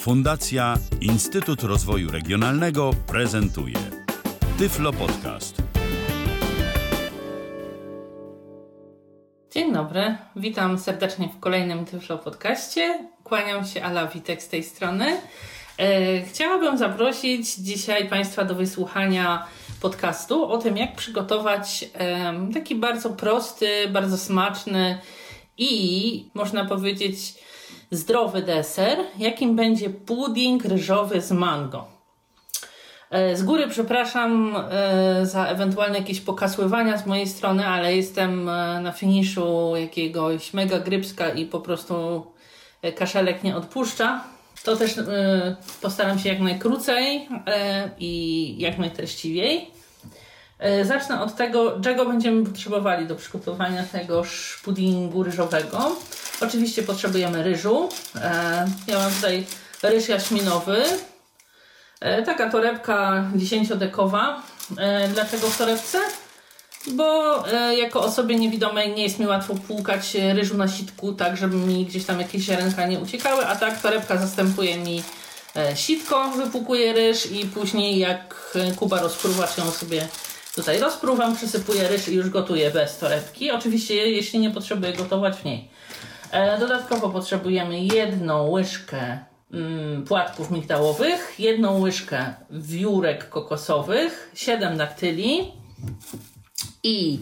Fundacja Instytut Rozwoju Regionalnego prezentuje Tyflo Podcast. Dzień dobry, witam serdecznie w kolejnym Tyflo Podcaście. Kłaniam się, Ala Witek z tej strony. Chciałabym zaprosić dzisiaj Państwa do wysłuchania podcastu o tym, jak przygotować taki bardzo prosty, bardzo smaczny i można powiedzieć zdrowy deser, jakim będzie pudding ryżowy z mango. Z góry przepraszam za ewentualne jakieś pokasływania z mojej strony, ale jestem na finiszu jakiegoś mega grypska i po prostu kaszelek nie odpuszcza. To też postaram się jak najkrócej i jak najtreściwiej. Zacznę od tego, czego będziemy potrzebowali do przygotowania tegoż puddingu ryżowego. Oczywiście potrzebujemy ryżu. Ja mam tutaj ryż jaśminowy. Taka torebka 10-dekowa. Dlaczego w torebce? Bo jako osobie niewidomej nie jest mi łatwo płukać ryżu na sitku, tak żeby mi gdzieś tam jakieś ziarenka nie uciekały, a tak torebka zastępuje mi sitko, wypłukuje ryż i później jak Kuba rozpruwacz ją sobie tutaj rozpruwam, przysypuję ryż i już gotuję bez torebki. Oczywiście jeśli nie potrzebuję gotować w niej. Dodatkowo potrzebujemy 1 łyżkę płatków migdałowych, 1 łyżkę wiórek kokosowych, 7 daktyli i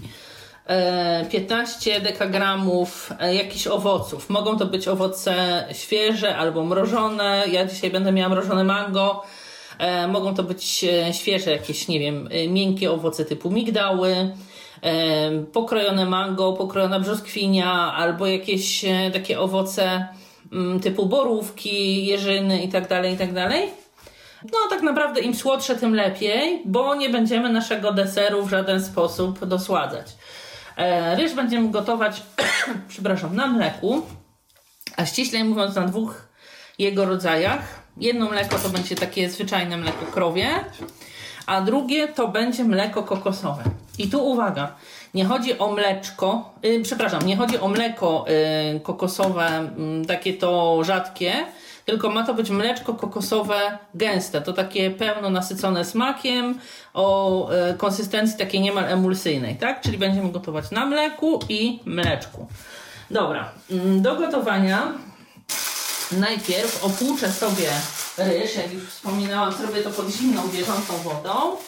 15 dekagramów jakichś owoców. Mogą to być owoce świeże albo mrożone. Ja dzisiaj będę miała mrożone mango. Mogą to być świeże jakieś, nie wiem, miękkie owoce typu migdały, pokrojone mango, pokrojona brzoskwinia albo jakieś takie owoce typu borówki, jeżyny itd., itd. No tak naprawdę im słodsze, tym lepiej, bo nie będziemy naszego deseru w żaden sposób dosładzać. Ryż będziemy gotować na mleku, a ściślej mówiąc na 2 jego rodzajach. Jedno mleko to będzie takie zwyczajne mleko krowie, a drugie to będzie mleko kokosowe. I tu uwaga, nie chodzi o mleczko, nie chodzi o mleko kokosowe, takie to rzadkie, tylko ma to być mleczko kokosowe gęste, to takie pełno nasycone smakiem, o konsystencji takiej niemal emulsyjnej, tak? Czyli będziemy gotować na mleku i mleczku. Dobra, do gotowania najpierw opłuczę sobie ryż, jak już wspominałam, zrobię to pod zimną, bieżącą wodą.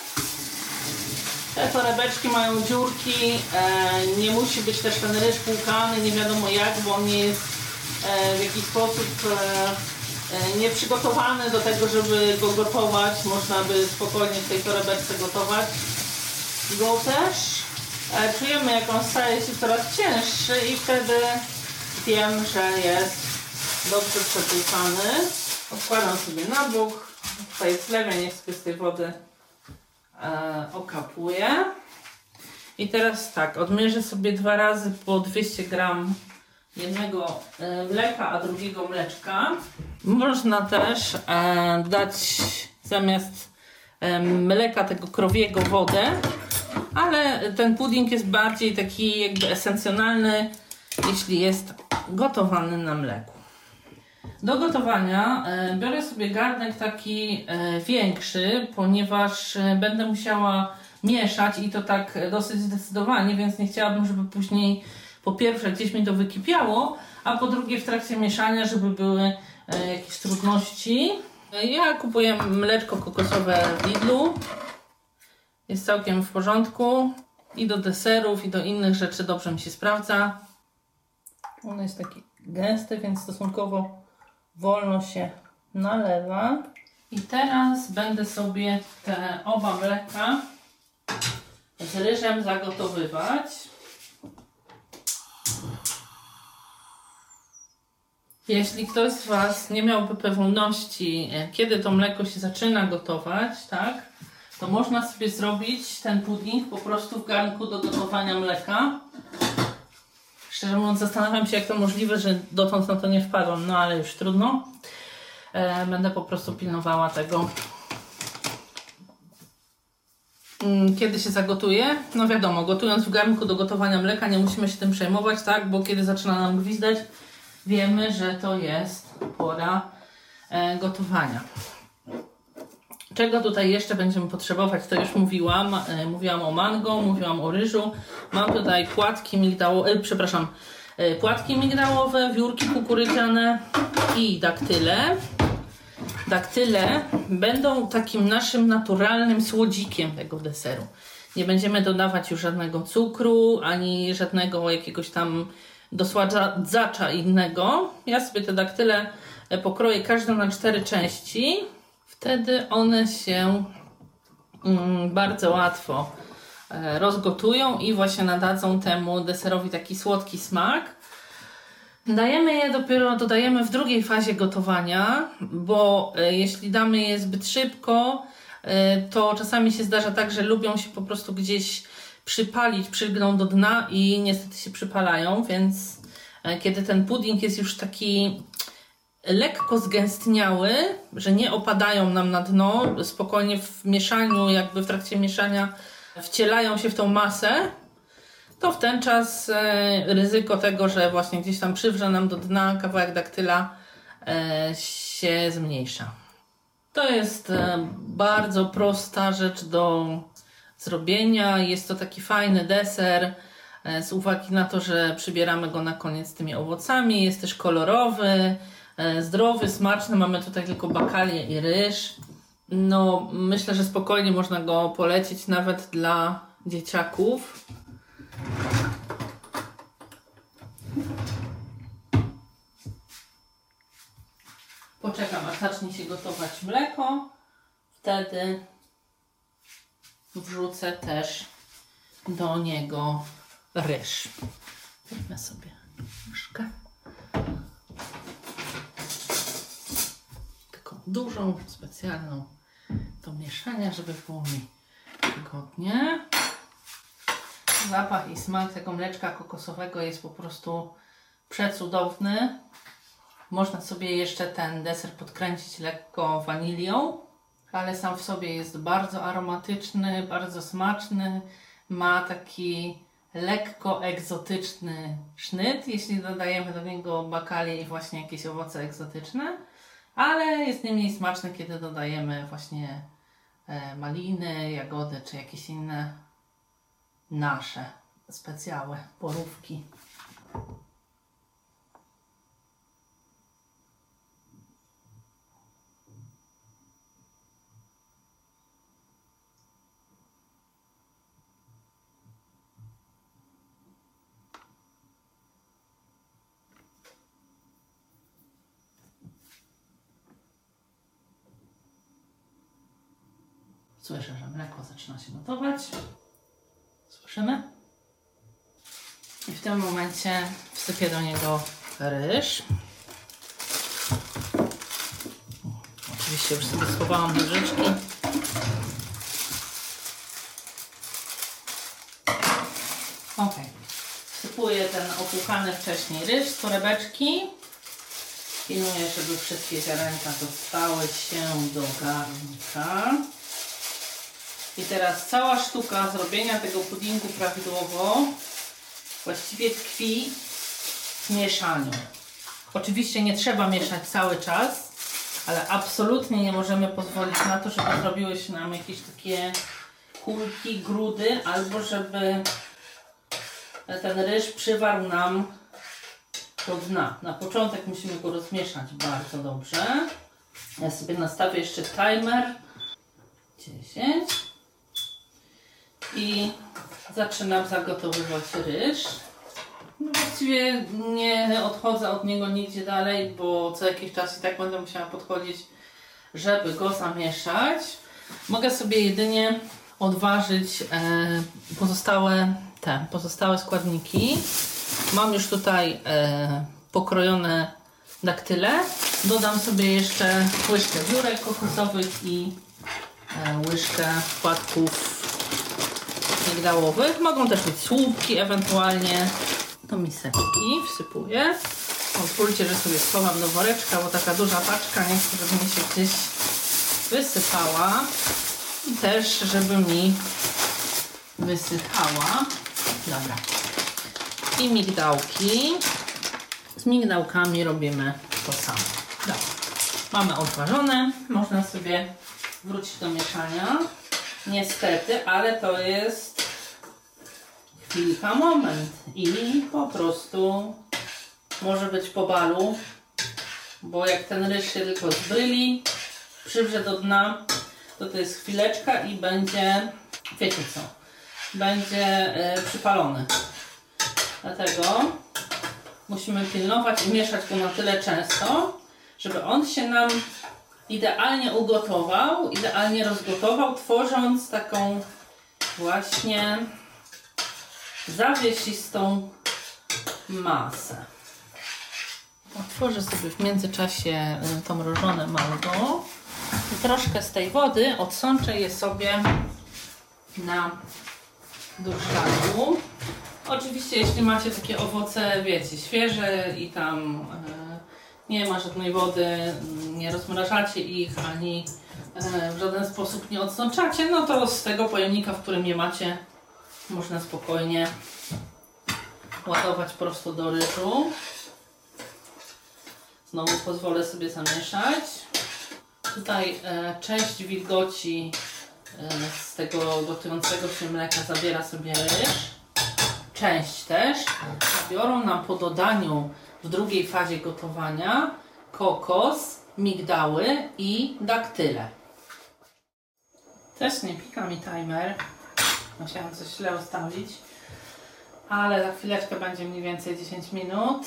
Te torebeczki mają dziurki, nie musi być też ten ryż płukany, nie wiadomo jak, bo on nie jest w jakiś sposób nieprzygotowany do tego, żeby go gotować. Można by spokojnie w tej torebeczce gotować go też. Czujemy, jak on staje się coraz cięższy i wtedy wiem, że jest dobrze przepłukany. Odkładam sobie na bok. Tutaj zlewię, niech sobie z tej wody okapuję. I teraz tak, odmierzę sobie 2 razy po 200 gram jednego mleka, a drugiego mleczka. Można też dać zamiast mleka tego krowiego wodę, ale ten pudding jest bardziej taki jakby esencjonalny, jeśli jest gotowany na mleku. Do gotowania biorę sobie garnek taki większy, ponieważ będę musiała mieszać i to tak dosyć zdecydowanie, więc nie chciałabym, żeby później po pierwsze gdzieś mi to wykipiało, a po drugie w trakcie mieszania, żeby były jakieś trudności. Ja kupuję mleczko kokosowe w Lidlu. Jest całkiem w porządku. I do deserów, i do innych rzeczy dobrze mi się sprawdza. Ono jest takie gęste, więc stosunkowo wolno się nalewa. I teraz będę sobie te oba mleka z ryżem zagotowywać. Jeśli ktoś z Was nie miałby pewności, kiedy to mleko się zaczyna gotować, tak, to można sobie zrobić ten pudding po prostu w garnku do gotowania mleka. Szczerze mówiąc, zastanawiam się, jak to możliwe, że dotąd na to nie wpadłam, no ale już trudno. Będę po prostu pilnowała tego, kiedy się zagotuje. No wiadomo, gotując w garnku do gotowania mleka nie musimy się tym przejmować, tak, bo kiedy zaczyna nam gwizdać, wiemy, że to jest pora gotowania. Czego tutaj jeszcze będziemy potrzebować, to już mówiłam. Mówiłam o mango, mówiłam o ryżu. Mam tutaj płatki migdałowe, wiórki kukurydziane i daktyle. Daktyle będą takim naszym naturalnym słodzikiem tego deseru. Nie będziemy dodawać już żadnego cukru, ani żadnego jakiegoś tam dosładzacza innego. Ja sobie te daktyle pokroję każdą na 4 części. Wtedy one się bardzo łatwo rozgotują i właśnie nadadzą temu deserowi taki słodki smak. Dodajemy w drugiej fazie gotowania, bo jeśli damy je zbyt szybko, to czasami się zdarza tak, że lubią się po prostu gdzieś przypalić, przylgną do dna i niestety się przypalają, więc kiedy ten pudding jest już taki lekko zgęstniały, że nie opadają nam na dno, spokojnie w mieszaniu, jakby w trakcie mieszania wcielają się w tą masę, to w ten czas ryzyko tego, że właśnie gdzieś tam przywrze nam do dna kawałek daktyla się zmniejsza. To jest bardzo prosta rzecz do zrobienia. Jest to taki fajny deser z uwagi na to, że przybieramy go na koniec tymi owocami. Jest też kolorowy, zdrowy, smaczny. Mamy tutaj tylko bakalię i ryż. No, myślę, że spokojnie można go polecić nawet dla dzieciaków. Poczekam, aż zacznie się gotować mleko. Wtedy wrzucę też do niego ryż. Weźmę sobie łyżkę. Taką dużą, specjalną do mieszania, żeby było mi wygodnie. Zapach i smak tego mleczka kokosowego jest po prostu przecudowny. Można sobie jeszcze ten deser podkręcić lekko wanilią, ale sam w sobie jest bardzo aromatyczny, bardzo smaczny. Ma taki lekko egzotyczny sznyt, jeśli dodajemy do niego bakalię i właśnie jakieś owoce egzotyczne, ale jest nie mniej smaczny, kiedy dodajemy właśnie maliny, jagody czy jakieś inne nasze specjałe borówki. Słyszę, że mleko zaczyna się gotować. Słyszymy? I w tym momencie wsypię do niego ryż. Oczywiście już sobie schowałam nożyczki. Ok. Wsypuję ten opłukany wcześniej ryż z torebeczki. Pilnuję, żeby wszystkie ziarenka dostały się do garnka. I teraz cała sztuka zrobienia tego puddingu prawidłowo właściwie tkwi w mieszaniu. Oczywiście nie trzeba mieszać cały czas, ale absolutnie nie możemy pozwolić na to, żeby zrobiły się nam jakieś takie kulki, grudy, albo żeby ten ryż przywarł nam do dna. Na początek musimy go rozmieszać bardzo dobrze. Ja sobie nastawię jeszcze timer 10 i zaczynam zagotowywać ryż. No właściwie nie odchodzę od niego nigdzie dalej, bo co jakiś czas i tak będę musiała podchodzić, żeby go zamieszać. Mogę sobie jedynie odważyć pozostałe składniki. Mam już tutaj pokrojone daktyle. Dodam sobie jeszcze łyżkę wiórek kokosowych i łyżkę płatków migdałowych. Mogą też być słupki ewentualnie. Do miseczki wsypuję. Pozwólcie, że sobie schowam do woreczka, bo taka duża paczka nie chcę, żeby mi się gdzieś wysypała. I też, żeby mi wysychała. Dobra. I migdałki. Z migdałkami robimy to samo. Dobra. Mamy odważone, można sobie wrócić do mieszania. Niestety, ale to jest chwilka, moment i po prostu może być po balu, bo jak ten ryż się tylko zbryli, przywrze do dna, to jest chwileczka i będzie, wiecie co, będzie przypalony. Dlatego musimy pilnować i mieszać go na tyle często, żeby on się nam idealnie ugotował, idealnie rozgotował, tworząc taką właśnie zawiesistą masę. Otworzę sobie w międzyczasie to mrożone mango i troszkę z tej wody odsączę je sobie na durszlaku. Oczywiście jeśli macie takie owoce, wiecie, świeże i tam nie ma żadnej wody, nie rozmrażacie ich ani w żaden sposób nie odsączacie, no to z tego pojemnika, w którym je macie, można spokojnie ładować prosto do ryżu. Znowu pozwolę sobie zamieszać. Tutaj część wilgoci z tego gotującego się mleka zabiera sobie ryż. Część też zabiorą nam po dodaniu w drugiej fazie gotowania kokos, migdały i daktyle. Też nie pika mi timer. Musiałam coś źle ustawić. Ale za chwileczkę będzie mniej więcej 10 minut.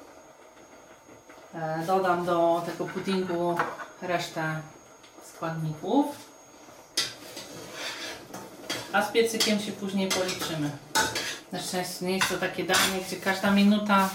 Dodam do tego puddingu resztę składników. A z piecykiem się później policzymy. Na szczęście nie jest to takie danie, gdzie każda minuta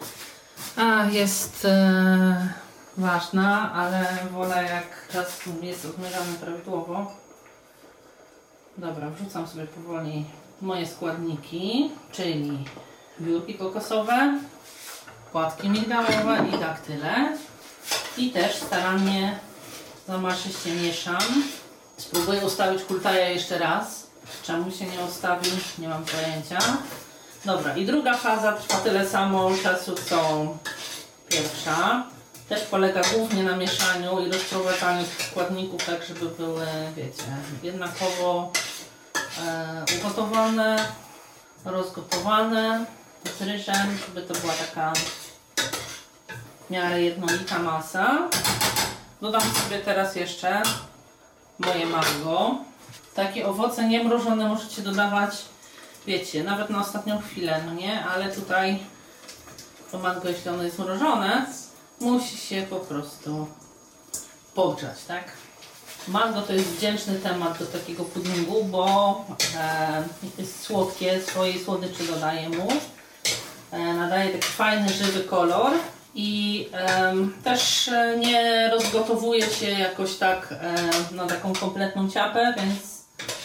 jest ważna, ale wolę jak czas jest odmierzany prawidłowo. Dobra, wrzucam sobie powoli moje składniki, czyli wiórki kokosowe, płatki migdałowe i daktyle. I też starannie zamaszyście mieszam. Spróbuję ustawić hultaja jeszcze raz. Czemu się nie ustawił? Nie mam pojęcia. Dobra, i druga faza trwa tyle samo czasu co pierwsza. Też polega głównie na mieszaniu i rozprowadzaniu tych składników, tak żeby były, wiecie, jednakowo ugotowane, rozgotowane z ryżem, żeby to była taka w miarę jednolita masa. Dodam sobie teraz jeszcze moje mango. Takie owoce niemrożone możecie dodawać, wiecie, nawet na ostatnią chwilę, no nie? Ale tutaj to mango, jeśli ono jest mrożone, musi się po prostu podgrzać, tak? Mango to jest wdzięczny temat do takiego puddingu, bo jest słodkie, swojej słodyczy dodaje mu. Nadaje taki fajny, żywy kolor i też nie rozgotowuje się jakoś tak na taką kompletną ciapę, więc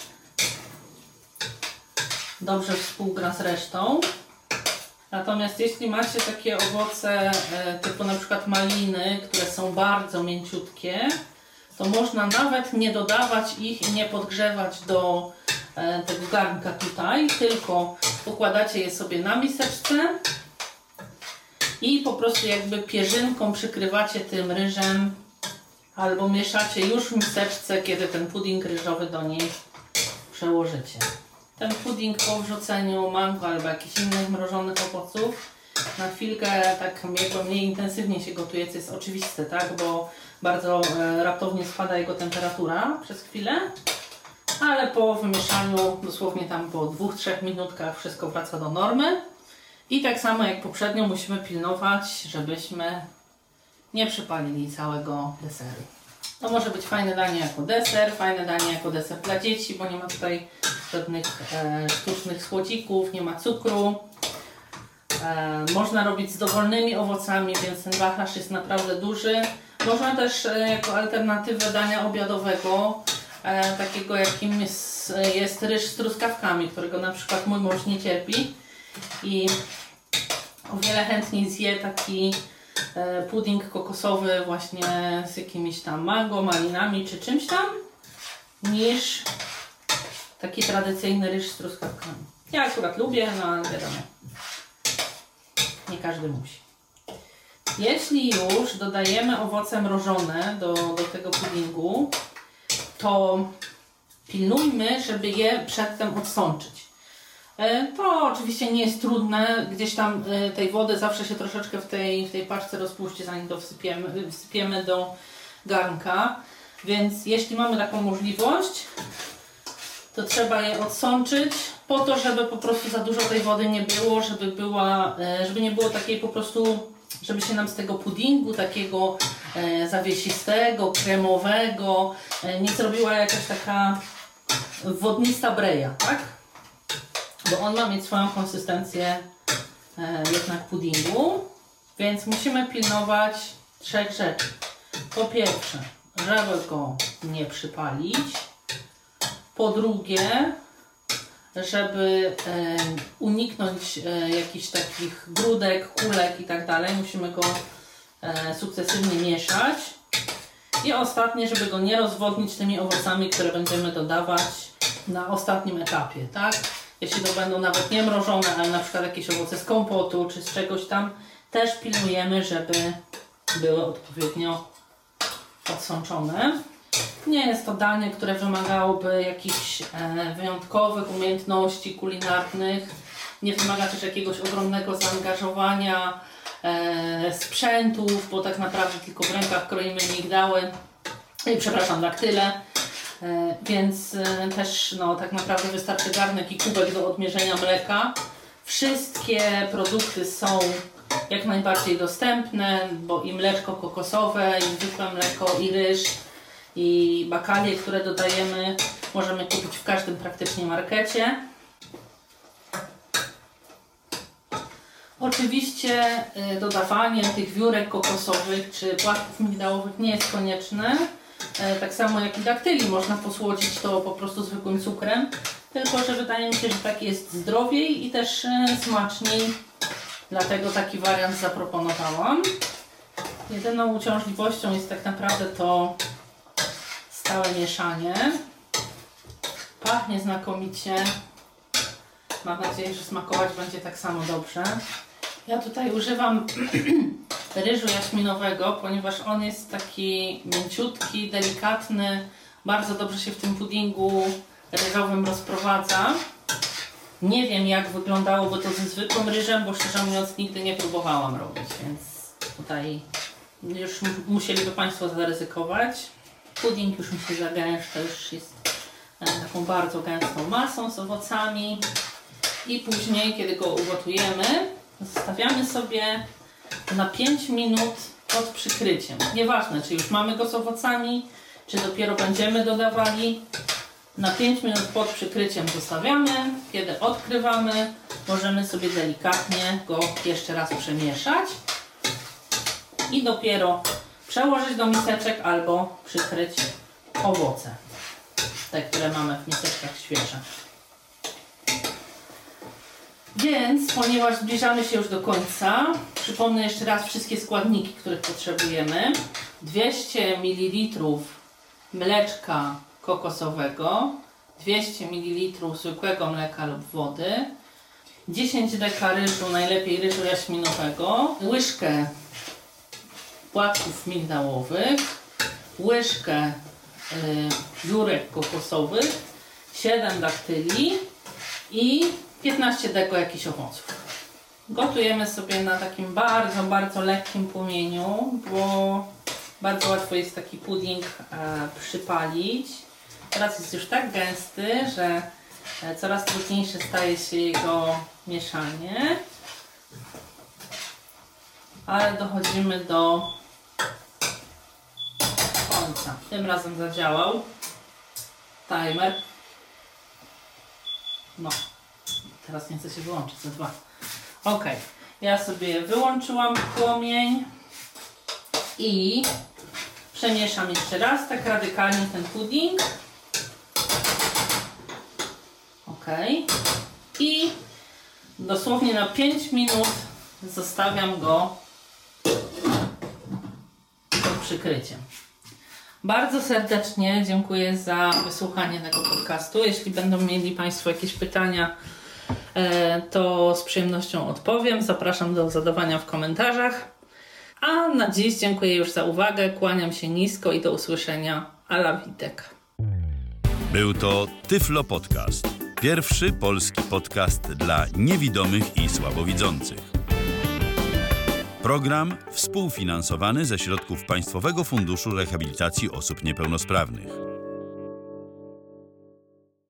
dobrze współgra z resztą. Natomiast jeśli macie takie owoce typu na przykład maliny, które są bardzo mięciutkie, to można nawet nie dodawać ich i nie podgrzewać do tego garnka tutaj, tylko układacie je sobie na miseczce i po prostu jakby pierzynką przykrywacie tym ryżem albo mieszacie już w miseczce, kiedy ten pudding ryżowy do niej przełożycie. Ten pudding po wrzuceniu mango albo jakichś innych mrożonych owoców na chwilkę tak jakby mniej intensywnie się gotuje, co jest oczywiste, tak? Bo bardzo raptownie spada jego temperatura przez chwilę, ale po wymieszaniu dosłownie tam po 2-3 minutkach wszystko wraca do normy. I tak samo jak poprzednio musimy pilnować, żebyśmy nie przypalili całego deseru. To może być fajne danie jako deser, fajne danie jako deser dla dzieci, bo nie ma tutaj żadnych sztucznych słodzików, nie ma cukru. Można robić z dowolnymi owocami, więc ten wachlarz jest naprawdę duży. Można też jako alternatywę dania obiadowego, takiego jakim jest ryż z truskawkami, którego na przykład mój mąż nie cierpi i o wiele chętniej zje taki pudding kokosowy właśnie z jakimiś tam mango, malinami czy czymś tam, niż taki tradycyjny ryż z truskawkami. Ja akurat lubię, no ale wiadomo, nie każdy musi. Jeśli już dodajemy owoce mrożone do tego puddingu, to pilnujmy, żeby je przedtem odsączyć. To oczywiście nie jest trudne, gdzieś tam tej wody zawsze się troszeczkę w tej paczce rozpuści, zanim to wsypiemy do garnka. Więc jeśli mamy taką możliwość, to trzeba je odsączyć po to, żeby po prostu za dużo tej wody nie było, żeby nie było takiej po prostu, żeby się nam z tego puddingu takiego zawiesistego, kremowego nie zrobiła jakaś taka wodnista breja, tak? Bo on ma mieć swoją konsystencję jednak puddingu, więc musimy pilnować 3 rzeczy. Po pierwsze, żeby go nie przypalić. Po drugie, żeby uniknąć jakichś takich grudek, kulek i tak dalej, musimy go sukcesywnie mieszać. I ostatnie, żeby go nie rozwodnić tymi owocami, które będziemy dodawać na ostatnim etapie, tak? Jeśli to będą nawet nie mrożone, ale na przykład jakieś owoce z kompotu czy z czegoś tam, też pilnujemy, żeby były odpowiednio odsączone. Nie jest to danie, które wymagałoby jakichś wyjątkowych umiejętności kulinarnych. Nie wymaga też jakiegoś ogromnego zaangażowania sprzętów, bo tak naprawdę tylko w rękach kroimy migdały, daktyle. Więc też tak naprawdę wystarczy garnek i kubek do odmierzenia mleka. Wszystkie produkty są jak najbardziej dostępne, bo i mleczko kokosowe, i zwykłe mleko, i ryż, i bakalie, które dodajemy, możemy kupić w każdym praktycznie markecie. Oczywiście dodawanie tych wiórek kokosowych czy płatków migdałowych nie jest konieczne. Tak samo jak i daktyli, można posłodzić to po prostu zwykłym cukrem, tylko że wydaje mi się, że tak jest zdrowiej i też smaczniej, dlatego taki wariant zaproponowałam. Jedyną uciążliwością jest tak naprawdę to stałe mieszanie. Pachnie znakomicie. Mam nadzieję, że smakować będzie tak samo dobrze. Ja tutaj używam ryżu jaśminowego, ponieważ on jest taki mięciutki, delikatny, bardzo dobrze się w tym puddingu ryżowym rozprowadza. Nie wiem, jak wyglądałoby to ze zwykłym ryżem, bo szczerze mówiąc nigdy nie próbowałam robić, więc tutaj już musieliby Państwo zaryzykować. Pudding już mi się zagęszcza, już jest taką bardzo gęstą masą z owocami i później, kiedy go ugotujemy, zostawiamy sobie na 5 minut pod przykryciem. Nieważne, czy już mamy go z owocami, czy dopiero będziemy dodawali. Na 5 minut pod przykryciem zostawiamy. Kiedy odkrywamy, możemy sobie delikatnie go jeszcze raz przemieszać i dopiero przełożyć do miseczek albo przykryć owoce, te, które mamy w miseczkach świeże. Więc, ponieważ zbliżamy się już do końca, przypomnę jeszcze raz wszystkie składniki, których potrzebujemy. 200 ml mleczka kokosowego, 200 ml zwykłego mleka lub wody, 10 deka ryżu, najlepiej ryżu jaśminowego, łyżkę płatków migdałowych, łyżkę wiórek kokosowych, 7 daktyli i 15 deko jakichś owoców. Gotujemy sobie na takim bardzo, bardzo lekkim płomieniu, bo bardzo łatwo jest taki pudding przypalić. Teraz jest już tak gęsty, że coraz trudniejsze staje się jego mieszanie. Ale dochodzimy do końca. Tym razem zadziałał timer. No, teraz nie chcę się wyłączyć za 2. Ok, ja sobie wyłączyłam płomień i przemieszam jeszcze raz tak radykalnie ten pudding. Ok, i dosłownie na 5 minut zostawiam go pod przykryciem. Bardzo serdecznie dziękuję za wysłuchanie tego podcastu. Jeśli będą mieli Państwo jakieś pytania, to z przyjemnością odpowiem. Zapraszam do zadawania w komentarzach. A na dziś dziękuję już za uwagę, kłaniam się nisko i do usłyszenia. Ala Witek. Był to Tyflo Podcast. Pierwszy polski podcast dla niewidomych i słabowidzących. Program współfinansowany ze środków Państwowego Funduszu Rehabilitacji Osób Niepełnosprawnych.